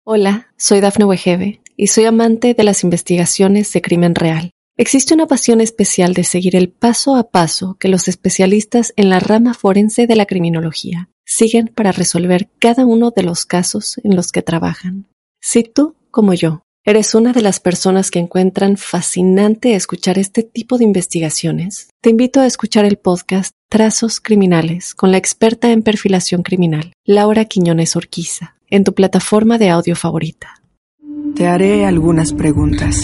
Hola, soy Dafne Wegebe y soy amante de las investigaciones de crimen real. Existe una pasión especial de seguir el paso a paso que los especialistas en la rama forense de la criminología siguen para resolver cada uno de los casos en los que trabajan. Si tú, como yo, eres una de las personas que encuentran fascinante escuchar este tipo de investigaciones, te invito a escuchar el podcast Trazos Criminales con la experta en perfilación criminal, Laura Quiñones Orquiza, en tu plataforma de audio favorita. Te haré algunas preguntas.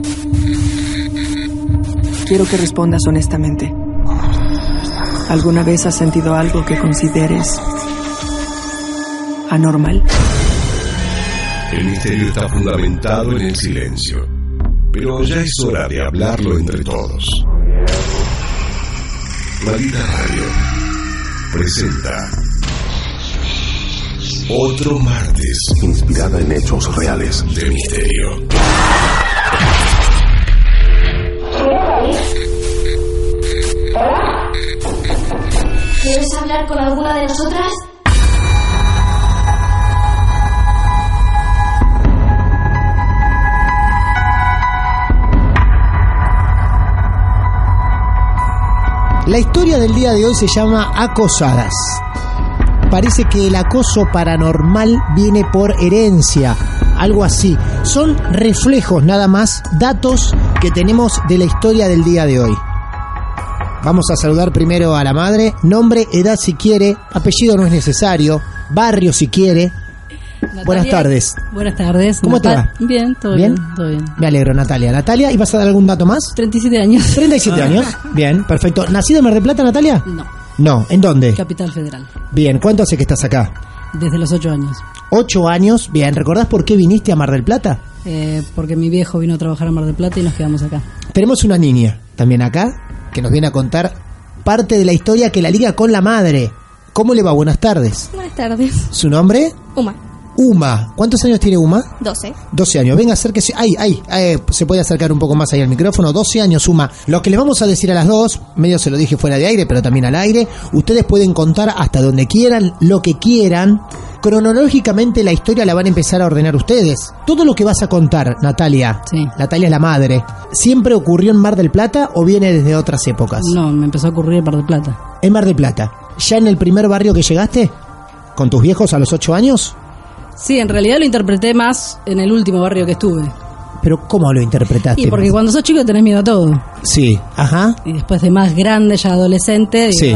Quiero que respondas honestamente. ¿Alguna vez has sentido algo que consideres anormal? El misterio está fundamentado en el silencio, pero ya es hora de hablarlo entre todos. Maldita Radio presenta otro martes inspirada en hechos reales de misterio. ¿Quieres hablar con alguna de nosotras? La historia del día de hoy se llama Acosadas. Parece que el acoso paranormal viene por herencia, algo así. Son reflejos nada más, datos que tenemos de la historia del día de hoy. Vamos a saludar primero a la madre. Nombre, edad si quiere, apellido no es necesario, barrio si quiere. Natalia. Buenas tardes. Buenas tardes. ¿Cómo te va? Bien, todo bien, todo bien. Me alegro, Natalia. Natalia, ¿y vas a dar algún dato más? 37 años. 37 años, bien, perfecto. ¿Nacida en Mar del Plata, Natalia? No, ¿en dónde? Capital Federal. Bien, ¿cuánto hace que estás acá? Desde los 8 años. 8 años, bien. ¿Recordás por qué viniste a Mar del Plata? Porque mi viejo vino a trabajar a Mar del Plata y nos quedamos acá. Tenemos una niña también acá que nos viene a contar parte de la historia que la liga con la madre. ¿Cómo le va? Buenas tardes. Buenas tardes. ¿Su nombre? Uma. ¿Cuántos años tiene Uma? 12. 12 años. Venga, acérquese. Se puede acercar un poco más ahí al micrófono. 12 años, Uma. Lo que les vamos a decir a las dos, medio se lo dije fuera de aire, pero también al aire. Ustedes pueden contar hasta donde quieran, lo que quieran. Cronológicamente la historia la van a empezar a ordenar ustedes. Todo lo que vas a contar, Natalia. Sí. Natalia es la madre. ¿Siempre ocurrió en Mar del Plata o viene desde otras épocas? No, me empezó a ocurrir en Mar del Plata. En Mar del Plata. ¿Ya en el primer barrio que llegaste? ¿Con tus viejos a los 8 años? Sí, en realidad lo interpreté más en el último barrio que estuve. ¿Pero cómo lo interpretaste? Y porque cuando sos chico tenés miedo a todo. Sí, ajá. Y después de más grande, ya adolescente, sí,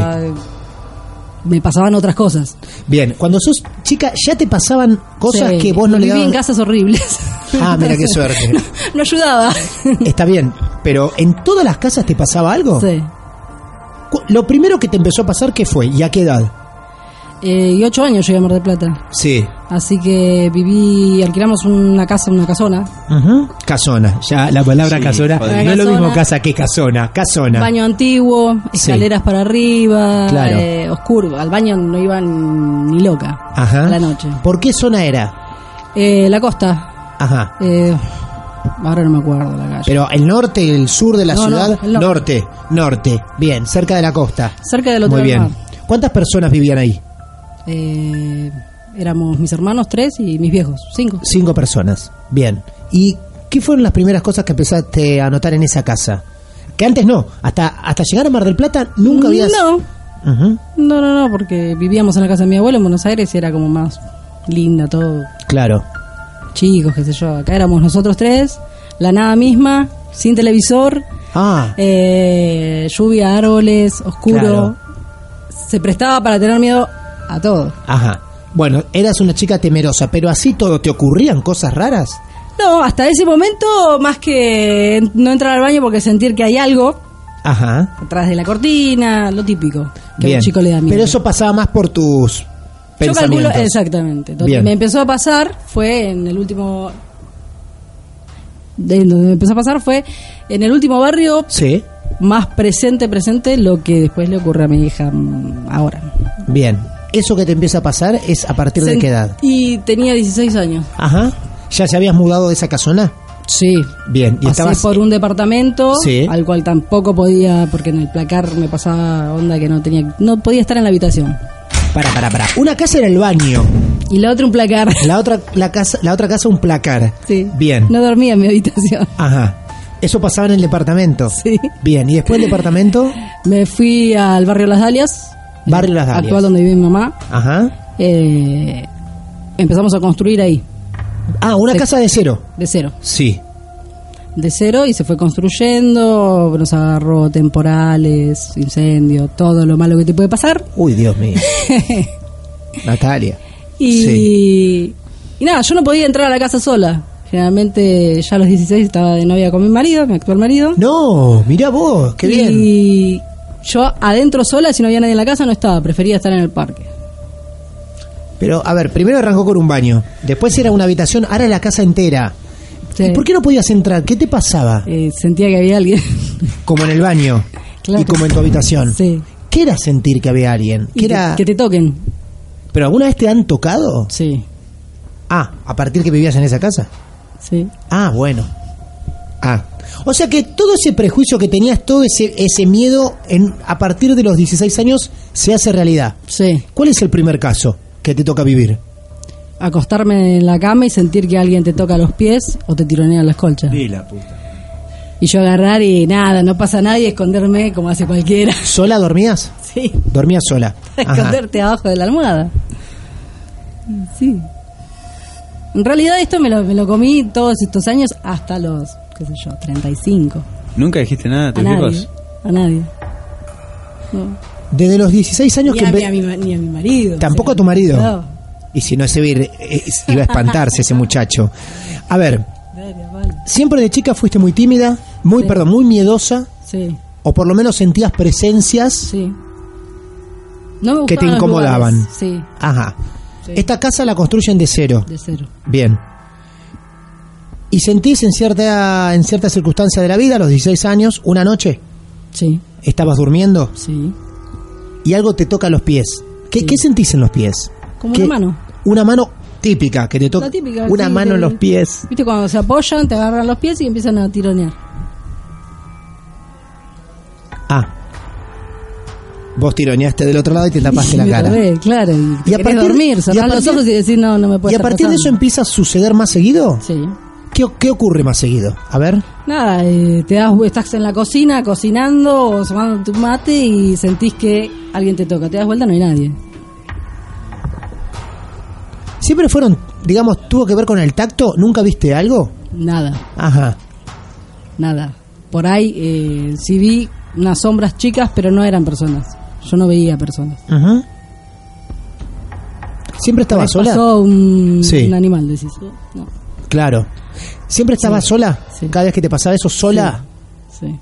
me pasaban otras cosas. Bien, cuando sos chica ya te pasaban cosas, sí, que vos no le dabas. Viví en casas horribles. Ah, mira qué suerte. No ayudaba. Está bien, pero ¿en todas las casas te pasaba algo? Sí. Lo primero que te empezó a pasar, ¿qué fue? ¿Y a qué edad? Y 8 años llegué a Mar del Plata. Sí. Así que alquilamos una casona. Uh-huh. Casona, ya la palabra sí, casona, no es lo mismo casa que casona. Baño antiguo, escaleras, sí, para arriba, claro, oscuro. Al baño no iban ni loca. Ajá. A la noche. ¿Por qué zona era? La costa. Ajá. Ahora no me acuerdo la calle. Pero el norte, el sur de la ciudad. No, norte. Bien, cerca de la costa. Cerca del otro Muy bien. mar. ¿Cuántas personas vivían ahí? Éramos mis hermanos 3 y mis viejos 5. 5 personas, bien. ¿Y qué fueron las primeras cosas que empezaste a notar en esa casa? Que antes no, hasta llegar a Mar del Plata nunca habías... No, uh-huh, no, porque vivíamos en la casa de mi abuelo en Buenos Aires y era como más linda todo. Claro. Chicos, qué sé yo, acá éramos nosotros 3, la nada misma, sin televisor, lluvia, árboles, oscuro, claro. Se prestaba para tener miedo a todo. Ajá. Bueno, eras una chica temerosa, pero así todo, ¿te ocurrían cosas raras? No, hasta ese momento, más que no entrar al baño porque sentir que hay algo. Ajá. Atrás de la cortina, lo típico que bien, a un chico le da miedo. Pero eso pasaba más por tus pensamientos. Yo calculo, exactamente. Donde me empezó a pasar fue en el último... Donde me empezó a pasar fue en el último barrio. Sí. Más presente lo que después le ocurre a mi hija ahora. Bien. ¿Eso que te empieza a pasar es a partir de qué edad? Y tenía 16 años. Ajá. ¿Ya se habías mudado de esa casona? Sí. Bien. ¿Y pasé por un departamento, sí, al cual tampoco podía, porque en el placar me pasaba onda que no podía estar en la habitación. Para. Una casa era el baño. Y la otra un placar. La otra casa un placar. Sí. Bien. No dormía en mi habitación. Ajá. Eso pasaba en el departamento. Sí. Bien. ¿Y después del departamento? Me fui al barrio Las Dalias. Barrio Las Dalias. Actual, donde vive mi mamá. Ajá. Empezamos a construir ahí. Ah, una casa de cero. De cero. Sí. De cero y se fue construyendo. Nos agarró temporales, incendios, todo lo malo que te puede pasar. Uy, Dios mío. Natalia. Y nada, yo no podía entrar a la casa sola. Generalmente ya a los 16 estaba de novia con mi marido, mi actual marido. No, mirá vos, qué bien. Y yo adentro sola, si no había nadie en la casa, no estaba. Prefería estar en el parque. Pero, a ver, primero arrancó con un baño. Después era una habitación, ahora la casa entera. Sí. ¿Y por qué no podías entrar? ¿Qué te pasaba? Sentía que había alguien. Como en el baño. Claro. Y como en tu habitación. Sí. ¿Qué era sentir que había alguien? ¿Qué era? Que te toquen. ¿Pero alguna vez te han tocado? Sí. Ah, ¿a partir que vivías en esa casa? Sí. Ah, bueno. Ah. O sea que todo ese prejuicio que tenías, todo ese miedo, a partir de los 16 años, se hace realidad. Sí. ¿Cuál es el primer caso que te toca vivir? Acostarme en la cama y sentir que alguien te toca los pies o te tironea las colchas. Y la puta. Y yo agarrar y nada, no pasa nada y esconderme como hace cualquiera. ¿Sola dormías? Sí. Dormías sola. Ajá. Esconderte abajo de la almohada. Sí. En realidad esto me lo comí todos estos años hasta los, qué sé yo, 35. ¿Nunca dijiste nada a tus hijos? A nadie. No. Desde los 16 años Ni a mi marido. Tampoco a tu marido. No. Y si no, iba a espantarse ese muchacho. A ver, ¿siempre de chica fuiste muy tímida? Muy miedosa. Sí. O por lo menos sentías presencias Sí. No me que te gustaban los incomodaban. lugares. Sí. Ajá. Sí. Esta casa la construyen de cero. De cero. Bien. ¿Y sentís en cierta circunstancia de la vida, a los 16 años, una noche, Sí. estabas durmiendo Sí. y algo te toca los pies? ¿Qué sentís en los pies? Como una mano. Una mano típica que te toca. La típica, Una sí, mano en los pies. ¿Viste cuando se apoyan, te agarran los pies y empiezan a tironear? Ah. Vos tironeaste del otro lado y te tapaste la Me cara. trabé, claro, y Y a querés partir- dormir, y a cerrar los partir- ojos y decir no me puede ¿Y a estar partir de eso pasando. empieza a suceder más seguido? Sí. ¿Qué ocurre más seguido? A ver. Nada, estás en la cocina cocinando o tomando tu mate y sentís que alguien te toca. Te das vuelta, no hay nadie. ¿Siempre fueron, digamos, tuvo que ver con el tacto? ¿Nunca viste algo? Nada, Ajá. nada. Por ahí sí vi unas sombras chicas, pero no eran personas. Yo no veía personas. Ajá. ¿Siempre estaba Por ahí sola? pasó un Sí. animal, decís. No. Claro. ¿Siempre estabas sola? Sí. Cada vez que te pasaba eso, sola. Sí.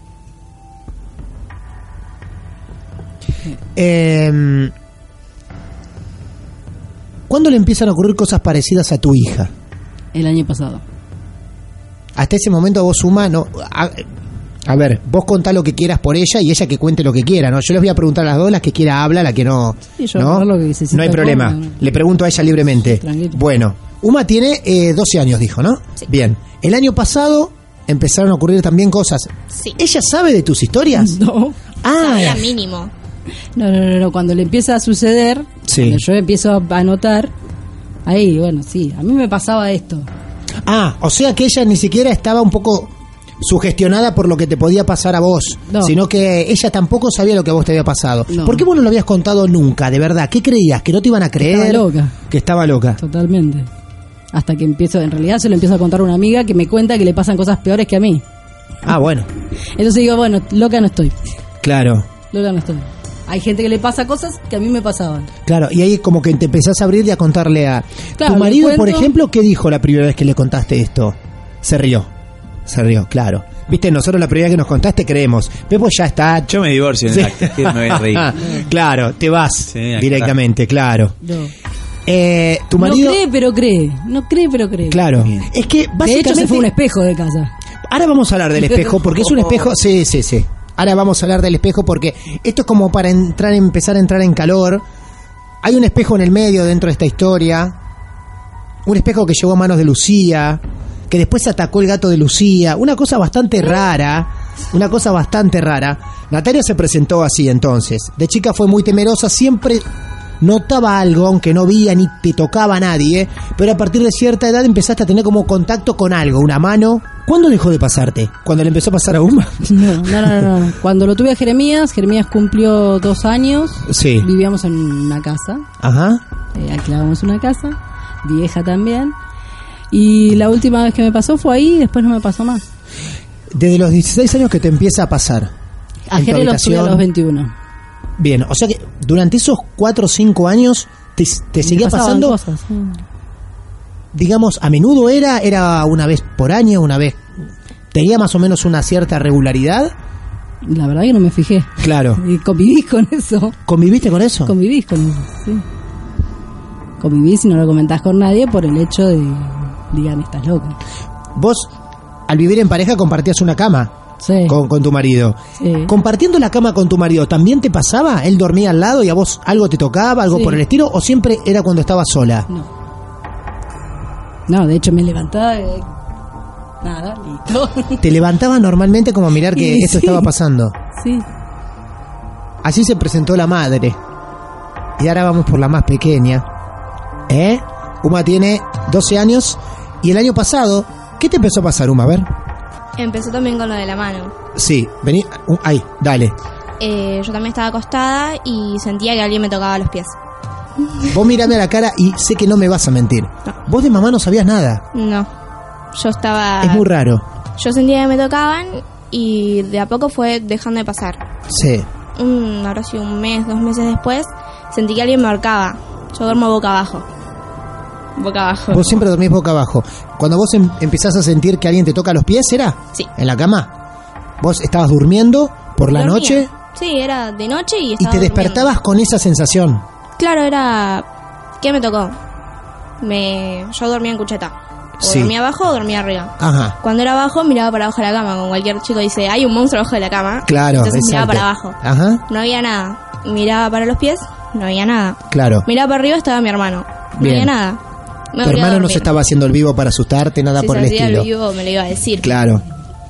¿Cuándo le empiezan a ocurrir cosas parecidas a tu hija? El año pasado. Hasta ese momento vos, Uma, no... A ver, vos contá lo que quieras por ella y ella que cuente lo que quiera, ¿no? Yo les voy a preguntar a las dos, las que quiera habla, la que no... Sí, yo ¿no? lo que necesite No hay problema, pongo, no. le pregunto a ella libremente. Tranquilo. Bueno, Uma tiene 12 años, dijo, ¿no? Sí. Bien, el año pasado empezaron a ocurrir también cosas. Sí. ¿Ella sabe de tus historias? No. Sabía Ah, mínimo. No. Cuando le empieza a suceder, Sí. cuando yo empiezo a notar, ahí, bueno, sí, a mí me pasaba esto. o sea que ella ni siquiera estaba un poco sugestionada por lo que te podía pasar a vos, No. sino que ella tampoco sabía lo que a vos te había pasado. No. ¿Por qué vos no lo habías contado nunca, de verdad? ¿Qué creías? ¿Que no te iban a creer? Estaba loca. Que estaba loca. Totalmente. Hasta que en realidad se lo empiezo a contar a una amiga que me cuenta que le pasan cosas peores que a mí. Ah, bueno, Entonces digo, bueno, loca no estoy. claro, Loca no estoy. Hay gente que le pasa cosas que a mí me pasaban. claro. Y ahí como que te empezás a abrir y a contarle a... Claro, ¿Tu le marido, por cuento- ejemplo, qué dijo la primera vez que le contaste esto? Se rió, claro. Viste, nosotros la primera vez que nos contaste creemos. Pepo ya está... Yo me divorcio en Sí. el acto, que me voy a reír. Claro, te vas Sí, acá directamente, claro. No. Tu marido... No cree, pero cree. No cree, pero cree. Claro. Bien. Es que De hecho, básicamente... se fue un espejo de casa. Ahora vamos a hablar del espejo, porque es un espejo... Sí. Ahora vamos a hablar del espejo porque esto es como para empezar a entrar en calor. Hay un espejo en el medio dentro de esta historia. Un espejo que llegó a manos de Lucía, que después atacó el gato de Lucía. Una cosa bastante rara. Natalia se presentó así entonces. De chica fue muy temerosa, siempre notaba algo, aunque no veía ni te tocaba a nadie, pero a partir de cierta edad empezaste a tener como contacto con algo, una mano. ¿Cuándo dejó de pasarte? ¿Cuando le empezó a pasar a Uma? No. Cuando lo tuve a Jeremías cumplió 2 años. Sí. Vivíamos en una casa. Ajá. Alquilábamos una casa, vieja también. Y la última vez que me pasó fue ahí, después no me pasó más. Desde los 16 años que te empieza a pasar. A Jeremías lo tuve a los 21. Bien, o sea que durante esos 4 o 5 años te seguía pasando cosas, sí. Digamos, a menudo era una vez por año, una vez. ¿Tenía más o menos una cierta regularidad? La verdad que no me fijé. Claro. Y convivís con eso. ¿Conviviste con eso? Convivís con eso, sí. Convivís y no lo comentás con nadie por el hecho de, digan, estás loca. Vos, al vivir en pareja, compartías una cama. Sí. Con tu marido. Sí. Compartiendo la cama con tu marido, ¿también te pasaba? ¿Él dormía al lado y a vos algo te tocaba, algo por el estilo? ¿O siempre era cuando estabas sola? No, de hecho me levantaba nada, listo. ¿Te levantaba normalmente como a mirar que esto estaba pasando? Sí. Así se presentó la madre. Y ahora vamos por la más pequeña. Uma tiene 12 años. Y el año pasado, ¿qué te empezó a pasar, Uma? A ver. Empezó también con lo de la mano. Sí, vení, ahí, dale. Yo también estaba acostada y sentía que alguien me tocaba los pies. Vos mirame a la cara y sé que no me vas a mentir. No. Vos de mamá no sabías nada. No, yo estaba... Es muy raro. Yo sentía que me tocaban y de a poco fue dejando de pasar. Sí. Ahora sí, 1 mes, 2 meses después, sentí que alguien me ahorcaba. Yo duermo boca abajo. Boca abajo. Vos siempre dormís boca abajo. Cuando vos empezás a sentir que alguien te toca los pies, ¿era? Sí. ¿En la cama? ¿Vos estabas durmiendo por la noche? Sí, era de noche y ¿Y estaba te despertabas durmiendo. con esa sensación? Claro, era... ¿Qué me tocó? Yo dormía en cucheta. O Sí. dormía abajo o dormía arriba. Ajá. Cuando era abajo, miraba para abajo de la cama. Como cualquier chico dice, hay un monstruo abajo de la cama. Claro, Entonces miraba exacto. para abajo. Ajá. No había nada. Miraba para los pies, no había nada. Claro. Miraba para arriba, estaba mi hermano. No Bien. había nada. Me Tu volví a hermano no dormir. se estaba haciendo el vivo para asustarte, nada Si por se el hacía estilo. el vivo, me lo iba a decir. Claro.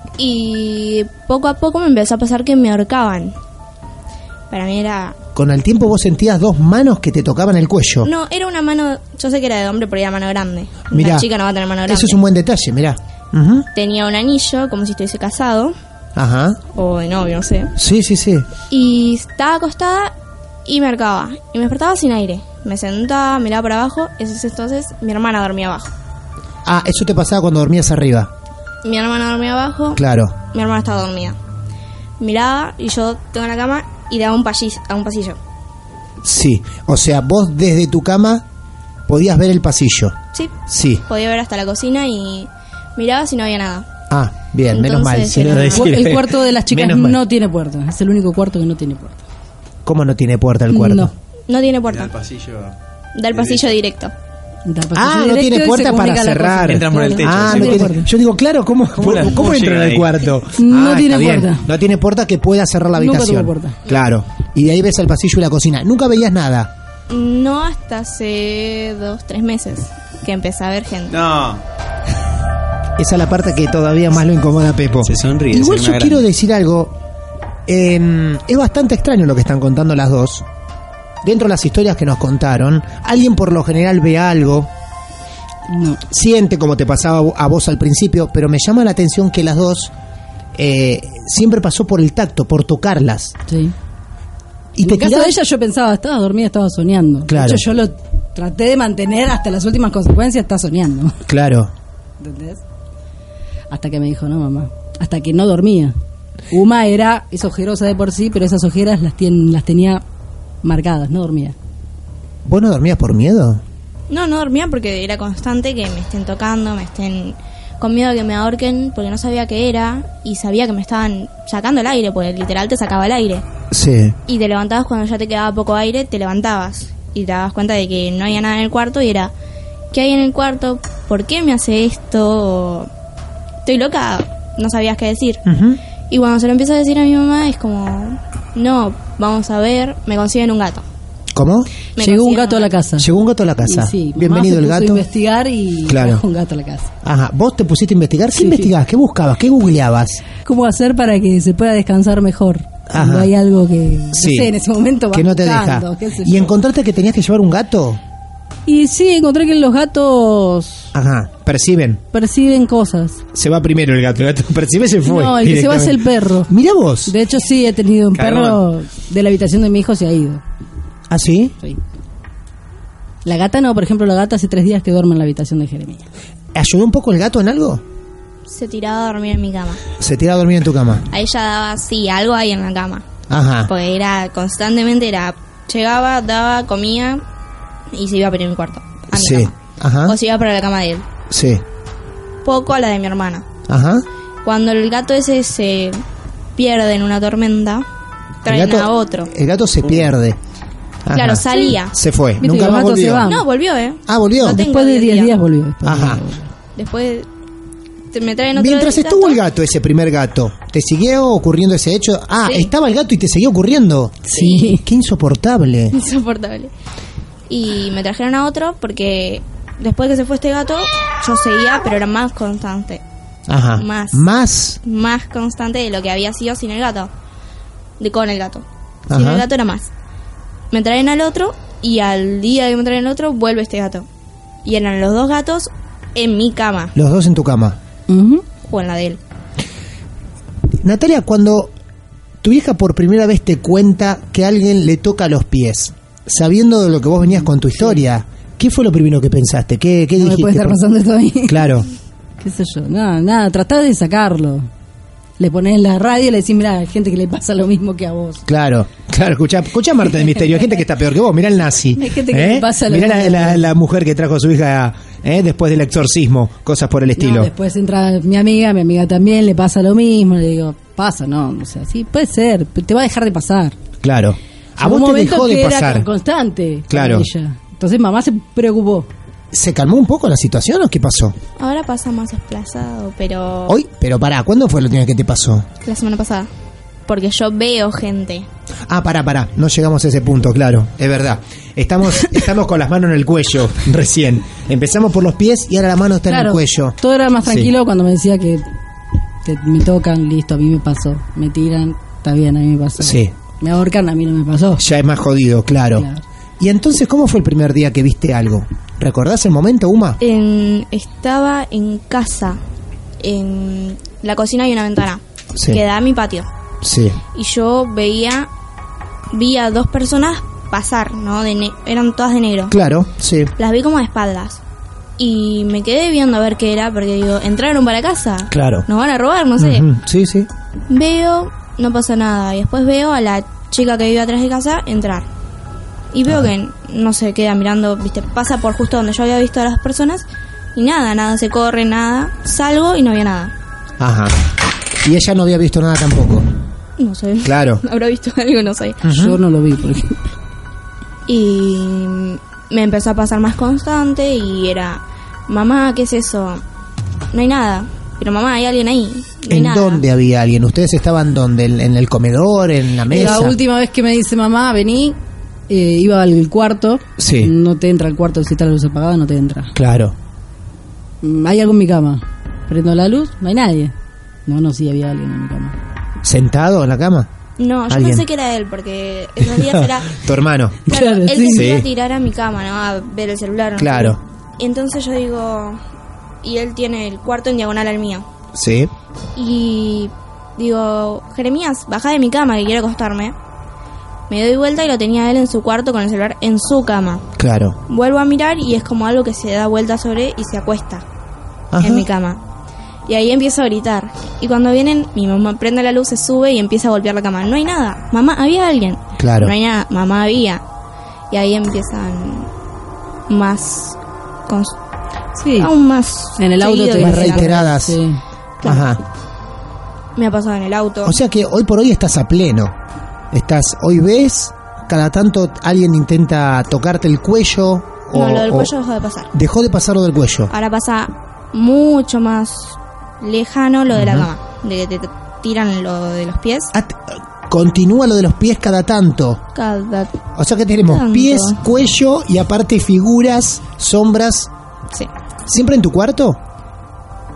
Y poco a poco me empezó a pasar que me ahorcaban. Para mí era... Con el tiempo vos sentías 2 manos que te tocaban el cuello. No, era una mano... Yo sé que era de hombre, pero era mano grande. Mirá, La chica no va a tener mano grande. eso es un buen detalle, mirá. Ujú. Tenía un anillo, como si estuviese casado. Ajá. O de novio, no sé. Sí, sí, sí. Y estaba acostada y me ahorcaba. Y me despertaba sin aire. Me sentaba, miraba para abajo. Entonces mi hermana dormía abajo. Ah, eso te pasaba cuando dormías arriba. Mi hermana dormía abajo. Claro. Mi hermana estaba dormida. Miraba y yo tengo en la cama y daba un pasillo. Sí. O sea, vos desde tu cama podías ver el pasillo. Sí. Sí. Podía ver hasta la cocina y miraba si no había nada. Ah, bien, menos mal. Entonces, Si no, era- El cuarto de las chicas Menos mal. no tiene puerta. Es el único cuarto que no tiene puerta. ¿Cómo no tiene puerta el cuarto? No. No tiene puerta. Al pasillo. Da el pasillo directo. Da pasillo Ah, no directo tiene y se puerta comunica para la cerrar. cocina. Entran por el techo. Ah, sí. no tiene tiene. puerta. Yo digo, claro, ¿cómo ¿Cómo entran llegan al ahí? cuarto? No tiene está bien. puerta. No tiene puerta que pueda cerrar la Nunca habitación. tuvo puerta. Claro. Y de ahí ves el pasillo y la cocina. Nunca veías nada. No hasta hace 2-3 meses que empecé a ver gente. No. Esa es la parte que todavía más lo incomoda a Pepo. Se sonríe. Igual se yo ve una quiero grande. decir algo. Es bastante extraño lo que están contando las dos. Dentro de las historias que nos contaron, alguien por lo general ve algo, No. siente como te pasaba a vos al principio, pero me llama la atención que las dos siempre pasó por el tacto, por tocarlas. Sí. Y En te el caso tirabas- de ella yo pensaba, estaba dormida, estaba soñando. Claro. De hecho, yo lo traté de mantener hasta las últimas consecuencias, está soñando. Claro. ¿Entendés? Hasta que me dijo, no, mamá. Hasta que no dormía. Uma es ojerosa de por sí, pero esas ojeras las tenía marcadas, no dormía. ¿Vos no dormías por miedo? No dormía porque era constante que me estén tocando, me estén con miedo de que me ahorquen, porque no sabía qué era y sabía que me estaban sacando el aire, porque literal te sacaba el aire. Sí. Y te levantabas cuando ya te quedaba poco aire, te levantabas y te dabas cuenta de que no había nada en el cuarto y era, ¿qué hay en el cuarto? ¿Por qué me hace esto? O, estoy loca, no sabías qué decir. Ujú. Y cuando se lo empiezo a decir a mi mamá es como, no, vamos a ver, me consiguen un gato. ¿Cómo? Me Llegó un consiguen gato a la casa. Llegó un gato a la casa. Y sí, mamá Bienvenido se el puso a gato. investigar y Claro. trajo un gato a la casa. Ajá. ¿Vos te pusiste a investigar? ¿Qué Sí. investigabas? ¿Qué buscabas? ¿Qué googleabas? ¿Cómo hacer para que se pueda descansar mejor? Cuando Ajá. hay algo que, Sí. no sé, en ese momento va Que no te buscando, deja. qué sé ¿Y yo. encontraste que tenías que llevar un gato? Y sí, encontré que los gatos Ajá, perciben. perciben cosas. Se va primero el gato percibe, se fue. No, el que se va es el perro. Mira vos. De hecho, sí, he tenido un perro de la habitación de mi hijo, se ha ido. ¿Ah, sí? Sí. La gata no, por ejemplo, la gata hace 3 días que duerme en la habitación de Jeremías. ¿Ayudó un poco el gato en algo? Se tiraba a dormir en mi cama. Se tira a dormir en tu cama. Ahí ya daba, sí, algo ahí en la cama. Ajá. Porque era constantemente, llegaba, daba, comía y se iba para mi cuarto. A mi Sí. cama. Ajá. O se iba para la cama de él. Sí. Poco a la de mi hermana. Ajá. Cuando el gato ese se pierde en una tormenta, traen a otro. El gato se pierde. Ajá. Claro, salía. Se fue. Viste Nunca que los más gatos se volvió. van. No, volvió, Ah, volvió. No tengo Después de 10 días volvió. Ajá. Después me traen otro. Mientras estuvo el gato, ese primer gato, ¿te siguió ocurriendo ese hecho? Ah, Sí. estaba el gato y te seguía ocurriendo. Sí. Qué insoportable. Insoportable. Y me trajeron a otro porque después que se fue este gato, yo seguía, pero era más constante. Ajá. Más constante de lo que había sido sin el gato. Con el gato. Sin Ajá. el gato era más. Me traen al otro y al día que me traen al otro vuelve este gato. Y eran los 2 gatos en mi cama Los dos en tu cama. Ujú. o en la de él. Natalia, cuando tu hija por primera vez te cuenta que alguien le toca los pies, sabiendo de lo que vos venías con tu historia, ¿qué fue lo primero que pensaste? ¿Qué No me dijiste? puede estar pasando esto a mí. Claro, ¿Qué sé yo? Nada, tratá de sacarlo. Le ponés en la radio y le decís, mira, hay gente que le pasa lo mismo que a vos. claro. Escuchá Marta del Misterio, hay gente que está peor que vos, mirá el nazi. Hay gente que le pasa lo Mirá mismo. la mujer que trajo a su hija después del exorcismo, cosas por el estilo. No, después entra mi amiga también le pasa lo mismo. Le digo, pasa, no, o sea, sí, puede ser, pero te va a dejar de pasar. Claro. A Llegó un vos te momento dejó de que era pasar. constante con Claro. ella. Entonces mamá se preocupó. ¿Se calmó un poco la situación o qué pasó? Ahora pasa más desplazado, pero Hoy, pero pará, ¿cuándo fue la última vez que te pasó? la semana pasada. Porque yo veo gente. Ah, pará, no llegamos a ese punto, claro, es verdad. Estamos con las manos en el cuello recién. Empezamos por los pies y ahora la mano está en el cuello. Todo era más Sí. tranquilo cuando me decía que me tocan, listo, a mí me pasó. Me tiran, está bien, a mí me pasó. Sí. Me ahorcan, a mí no me pasó. Ya es más jodido, claro. Y entonces, ¿cómo fue el primer día que viste algo? ¿Recordás el momento, Uma? Estaba en casa. En la cocina hay una ventana Sí. que da a mi patio. Sí. Y yo vi a 2 personas pasar, ¿no? Eran todas de negro. Claro, sí. Las vi como de espaldas. Y me quedé viendo a ver qué era, porque digo, ¿entraron para casa? Claro. ¿Nos van a robar? No sé. Ujú, sí, sí. Veo, no pasa nada. Y después veo a la chica que vive atrás de casa entrar. Y veo que no se queda mirando, viste, pasa por justo donde yo había visto a las personas. Y nada, se corre, nada. Salgo y no había nada. Ajá. Y ella no había visto nada tampoco. No sé. Claro. Habrá visto algo, no sé. Yo no lo vi, por ejemplo. Y me empezó a pasar más constante y era, mamá, ¿qué es eso? No hay nada. Pero mamá, hay alguien ahí. No hay ¿En nada. dónde había alguien? ¿Ustedes estaban dónde? ¿En el comedor? ¿En la mesa? La última vez que me dice mamá, vení, iba al cuarto. Sí. No te entra al cuarto, si está la luz apagada, no te entra. Claro. Hay algo en mi cama. Prendo la luz, no hay nadie. No, sí había alguien en mi cama. ¿Sentado en la cama? No, yo ¿Alguien? pensé que era él, porque esos días era... Tu hermano. Claro, él sí. se iba a Sí. tirar a mi cama, ¿no? A ver el celular. ¿no? Claro. Y entonces yo digo... Y él tiene el cuarto en diagonal al mío. Sí. Y digo, Jeremías, baja de mi cama que quiero acostarme. Me doy vuelta y lo tenía él en su cuarto con el celular en su cama. Claro. Vuelvo a mirar y es como algo que se da vuelta sobre y se acuesta Ajá. en mi cama. Y ahí empiezo a gritar. Y cuando vienen, mi mamá prende la luz, se sube y empieza a golpear la cama. No hay nada. Mamá, había alguien. Claro. No hay nada. Mamá, había. Y ahí empiezan más... Sí. aún más... En el auto seguido te que Más en el reiteradas. Sí. Claro. Ajá. Me ha pasado en el auto. O sea que hoy por hoy estás a pleno. Hoy ves, cada tanto alguien intenta tocarte el cuello. No, lo del cuello dejó de pasar. Dejó de pasar lo del cuello. Ahora pasa mucho más lejano lo de la cama. De que te tiran lo de los pies. Continúa lo de los pies cada tanto. Cada... O sea que tenemos Tanto. pies, cuello y aparte figuras, sombras. Sí. ¿Siempre en tu cuarto?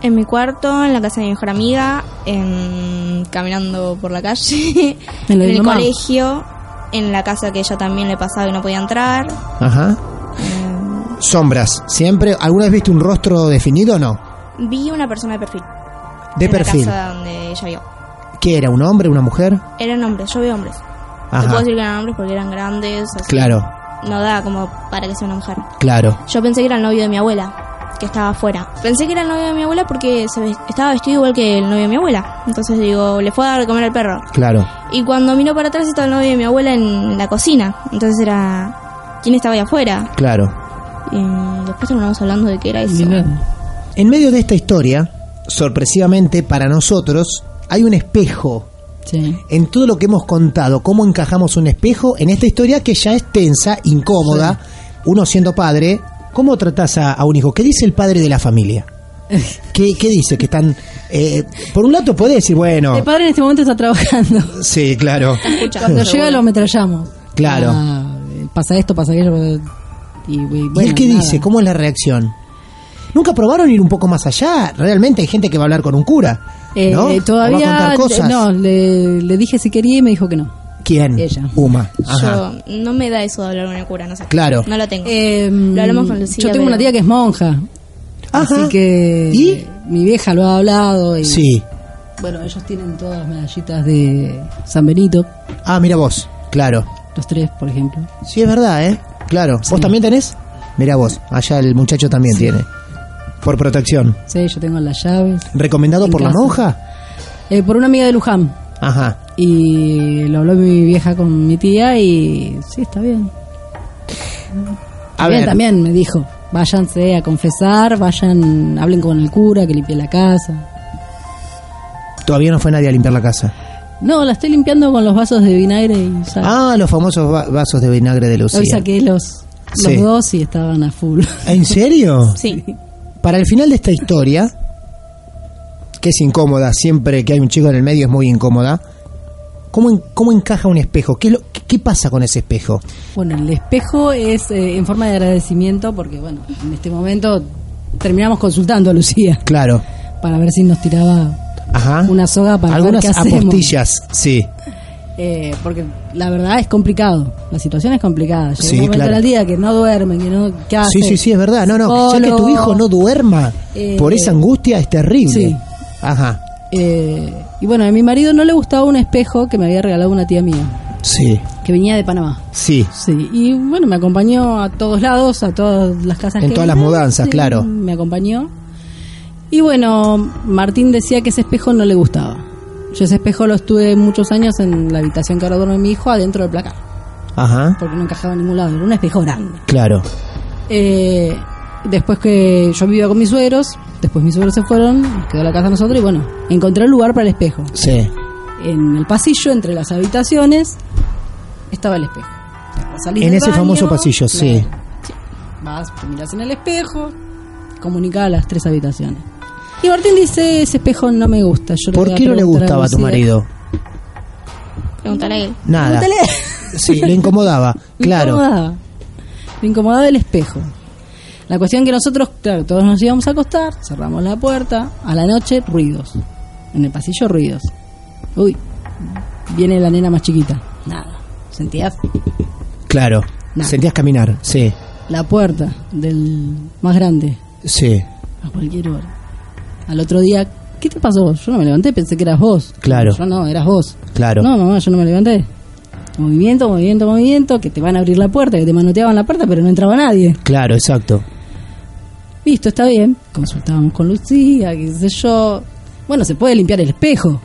En mi cuarto, en la casa de mi mejor amiga, caminando por la calle, En lo de el mamá. colegio, en la casa que ella también le pasaba y no podía entrar. Ajá. Sombras, siempre. ¿Alguna vez viste un rostro definido o no? Vi una persona de perfil. De en perfil. la casa donde ella vio. ¿Qué era? ¿Un hombre, una mujer? Eran hombres, yo vi hombres. Ajá. Te puedo decir que eran hombres porque eran grandes. Así. Claro, No da como para que sea una mujer. claro. Yo pensé que era el novio de mi abuela, que estaba afuera. Pensé que era el novio de mi abuela porque estaba vestido igual que el novio de mi abuela. Entonces digo, le fue a dar de comer al perro. Claro. Y cuando miro para atrás estaba el novio de mi abuela en la cocina. Entonces era... ¿Quién estaba ahí afuera? Claro. Y después terminamos hablando de qué era eso. En medio de esta historia, sorpresivamente para nosotros, hay un espejo. Sí. En todo lo que hemos contado, cómo encajamos un espejo en esta historia que ya es tensa, incómoda. Uno siendo padre, ¿cómo tratás a un hijo? ¿Qué dice el padre de la familia? ¿Qué dice? Que están... por un lado puede decir, bueno... El padre en este momento está trabajando. Sí, claro. Cuando llega lo ametrallamos. Claro. Pasa esto, pasa aquello. Y bueno, ¿Y él qué nada. dice? ¿Cómo es la reacción? ¿Nunca probaron ir un poco más allá? Realmente hay gente que va a hablar con un cura, ¿no? Todavía ¿O va a contar cosas? no, le dije si quería y me dijo que no. ¿Quién? Ella. Uma. Ajá. Yo no me da eso de hablar con el cura, no sé. Claro. No lo tengo. Lo hablamos con Lucía. Yo tengo una pero- tía que es monja. Ajá. Así que ¿Y? mi vieja lo ha hablado y Sí. bueno, ellos tienen todas medallitas de San Benito, Ah, mira vos. Claro. los tres, por ejemplo. Sí, es verdad, ¿eh? Claro. ¿Vos también tenés? Mira vos. Allá el muchacho también tiene. Por protección. Sí, yo tengo las llaves. ¿Recomendado En por la casa. monja? Por una amiga de Luján. Ajá. Y lo habló mi vieja con mi tía y sí, está bien. A Bien, ver. también me dijo, váyanse a confesar, vayan, hablen con el cura que limpie la casa. Todavía no fue nadie a limpiar la casa. No, la estoy limpiando con los vasos de vinagre y sal. Ah, los famosos vasos de vinagre de Lucía. Hoy saqué los Sí. dos y estaban a full. ¿En serio? Sí. Para el final de esta historia, que es incómoda, siempre que hay un chico en el medio es muy incómoda, ¿cómo encaja un espejo? ¿Qué pasa con ese espejo? Bueno, el espejo es en forma de agradecimiento porque, bueno, en este momento terminamos consultando a Lucía Claro. para ver si nos tiraba Ajá. una soga para ver algunas qué hacemos. apostillas, sí. Porque la verdad es complicado, la situación es complicada. Llega Sí, un momento claro. al día que no duerme, que hace. Sí, es verdad. No, ya que tu hijo no duerma por esa angustia es terrible. Sí. Ajá. Y bueno, a mi marido no le gustaba un espejo que me había regalado una tía mía, Sí, que venía de Panamá. sí. Sí, y bueno, me acompañó a todos lados, a todas las casas En que todas iba. las mudanzas, Sí, claro. Me acompañó. Y bueno, Martín decía que ese espejo no le gustaba. Yo ese espejo lo estuve muchos años en la habitación que ahora duerme mi hijo, adentro del placar, Ajá. porque no encajaba en ningún lado, era un espejo grande. Claro. Después que yo vivía con mis suegros, después mis suegros se fueron, nos quedó la casa a nosotros y bueno, encontré el lugar para el espejo. Sí. En el pasillo, entre las habitaciones, estaba el espejo. Salís En del ese baño, famoso pasillo, sí. Vas, te miras en el espejo, comunica a las 3 habitaciones. Y Martín dice, ese espejo no me gusta. Yo ¿Por voy a qué no le preguntar gustaba a tu Lucía. marido? Pregúntale a él. Nada. Pregúntale. Sí, le incomodaba. Claro. Me incomodaba el espejo. La cuestión que nosotros, claro, todos nos íbamos a acostar, cerramos la puerta, a la noche ruidos. En el pasillo ruidos. Uy, viene la nena más chiquita. Nada. ¿Sentías? Claro. Nada. Sentías caminar. Sí. La puerta del más grande, Sí. a cualquier hora. Al otro día, ¿qué te pasó? Yo no me levanté, pensé que eras vos. Claro. Yo no, eras vos. Claro. No, mamá, yo no me levanté. Movimiento, que te van a abrir la puerta, que te manoteaban la puerta, pero no entraba nadie. Claro, exacto. Listo, está bien. Consultábamos con Lucía, qué sé yo. Bueno, ¿se puede limpiar el espejo?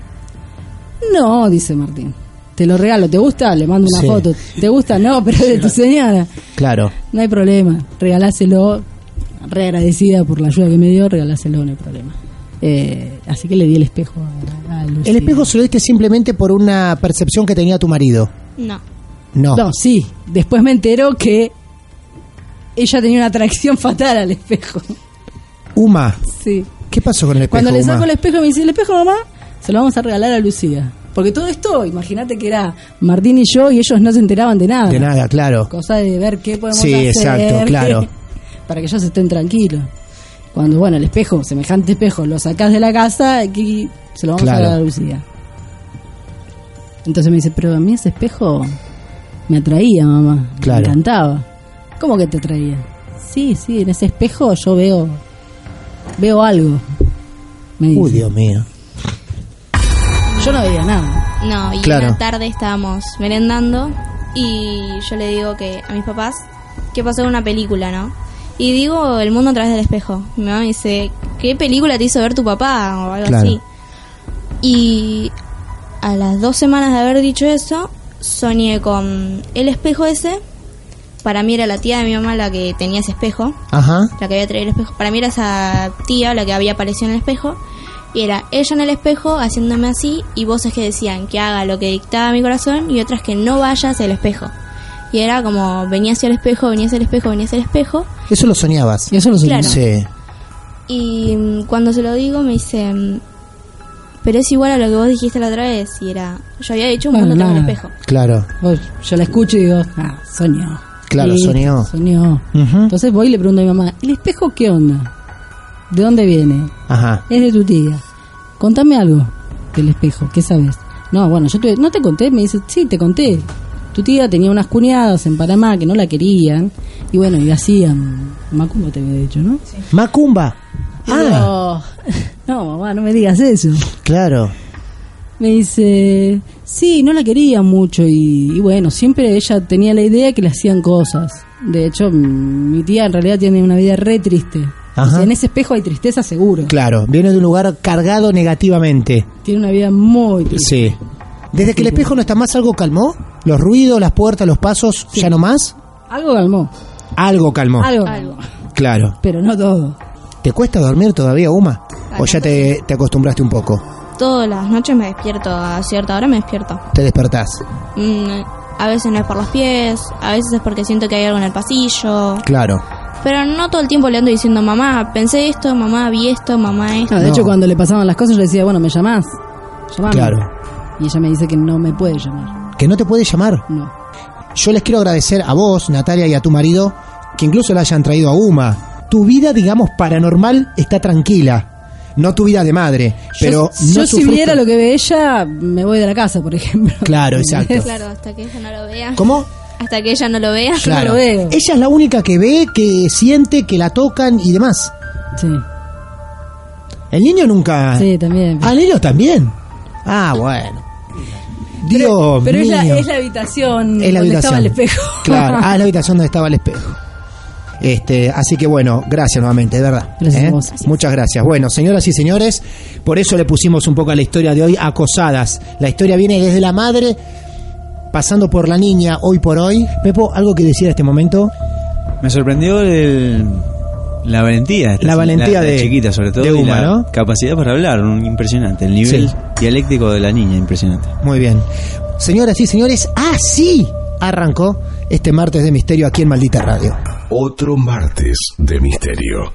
No, dice Martín. Te lo regalo, ¿te gusta? Le mando una Sí. foto. ¿Te gusta? No, pero es de tu señora. Claro. No hay problema. Regaláselo. Re agradecida por la ayuda que me dio, regaláselo, no hay problema. Así que le di el espejo a Lucía. ¿El espejo se lo diste simplemente por una percepción que tenía tu marido? No. No. No, sí. Después me enteró que ella tenía una atracción fatal al espejo. Uma, Sí. ¿qué pasó con el espejo, Cuando le Uma? saco el espejo me dice, el espejo, mamá, se lo vamos a regalar a Lucía. Porque todo esto, imagínate que era Martín y yo y ellos no se enteraban de nada. De nada, claro. Cosa de ver qué podemos Sí, hacer. exacto, claro. Para que ellos estén tranquilos. Cuando, bueno, el espejo, semejante espejo, lo sacás de la casa, aquí se lo vamos a dar a Lucía. Entonces me dice, pero a mí ese espejo me atraía, mamá. Claro. Me encantaba. ¿Cómo que te atraía? Sí, en ese espejo yo veo algo. Me dice. Uy, Dios mío. Yo no veía nada. No, y Claro. una tarde estábamos merendando y yo le digo que a mis papás que pasó una película, ¿no? Y digo, El mundo a través del espejo. Mi mamá me dice, ¿qué película te hizo ver tu papá? O algo así. Y a las 2 semanas de haber dicho eso, soñé con el espejo ese. Para mí era la tía de mi mamá la que tenía ese espejo. Ajá. La que había traído el espejo. Para mí era esa tía la que había aparecido en el espejo. Y era ella en el espejo haciéndome así. Y voces que decían que haga lo que dictaba mi corazón. Y otras que no vaya hacia el espejo. Y era como venía hacia el espejo, venía hacia el espejo, venía hacia el espejo. Eso lo soñabas. Y eso lo soñé. Claro. Sí. Y cuando se lo digo me dice, pero es igual a lo que vos dijiste la otra vez. Y era, yo había dicho un Bueno, mundo tras el nada. espejo. Claro. Yo la escucho y digo, soñó. Claro, Sí, soñó. Ujú. Entonces voy y le pregunto a mi mamá, ¿el espejo qué onda? ¿De dónde viene? Ajá. Es de tu tía. Contame algo del espejo, ¿qué sabes? No, bueno, no te conté. Me dice, sí, te conté. Tu tía tenía unas cuñadas en Panamá que no la querían. Y bueno, y hacían macumba, te había dicho, ¿no? Sí. Macumba. No, mamá, no me digas eso. Claro. Me dice, sí, no la quería mucho y bueno, siempre ella tenía la idea que le hacían cosas. De hecho, mi tía en realidad tiene una vida re triste. O sea, en ese espejo hay tristeza seguro. Claro, viene de un lugar cargado negativamente. Tiene una vida muy triste. Sí. Desde que el espejo no está más, ¿algo calmó? ¿Los ruidos, las puertas, los pasos, ya no más? Algo calmó. Algo calmó. Algo. Claro. Pero no todo. ¿Te cuesta dormir todavía, Uma? ¿O ya te acostumbraste un poco? Todas las noches me despierto, a cierta hora me despierto. ¿Te despertás? A veces no es por los pies, a veces es porque siento que hay algo en el pasillo. Claro. Pero no todo el tiempo le ando diciendo, mamá, pensé esto, mamá, vi esto, mamá, esto. No, de hecho, cuando le pasaban las cosas, yo le decía, bueno, ¿me llamás? Llamame. Claro. Y ella me dice que no me puede llamar. ¿Que no te puede llamar? No. Yo les quiero agradecer a vos, Natalia, y a tu marido, que incluso la hayan traído a Uma. Tu vida, digamos, paranormal está tranquila. No tu vida de madre, pero yo no si viera lo que ve ella, me voy de la casa, por ejemplo. Claro, exacto. Claro, hasta que ella no lo vea. ¿Cómo? Hasta que ella no lo vea. Claro. Yo no lo veo. Ella es la única que ve, que siente, que la tocan y demás. Sí. El niño nunca... Sí, también. Ah, el niño también. Ah, bueno. Dios pero mío. es la habitación Es la donde habitación. estaba el espejo. Claro, es la habitación donde estaba el espejo. Así que bueno, gracias nuevamente, de verdad. Gracias a vos. Muchas gracias. Bueno, señoras y señores, por eso le pusimos un poco a la historia de hoy, Acosadas. La historia viene desde la madre, pasando por la niña, hoy por hoy. Pepo, ¿algo que decir a este momento? Me sorprendió la valentía. La valentía de chiquita, sobre todo. de Uma, y la ¿no? capacidad para hablar, impresionante. El nivel dialéctico de la niña, impresionante. Muy bien. Señoras y señores, así arrancó este martes de misterio aquí en Maldita Radio. Otro martes de misterio.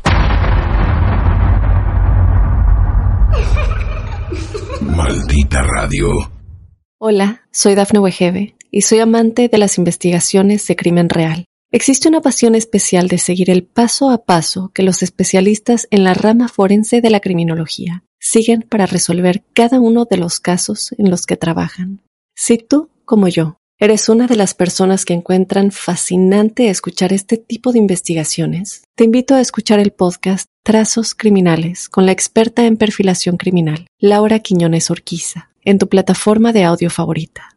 Maldita Radio. Hola, soy Dafne Wegebe y soy amante de las investigaciones de crimen real. Existe una pasión especial de seguir el paso a paso que los especialistas en la rama forense de la criminología siguen para resolver cada uno de los casos en los que trabajan. Si tú, como yo, ¿eres una de las personas que encuentran fascinante escuchar este tipo de investigaciones? Te invito a escuchar el podcast Trazos Criminales con la experta en perfilación criminal, Laura Quiñones Orquiza, en tu plataforma de audio favorita.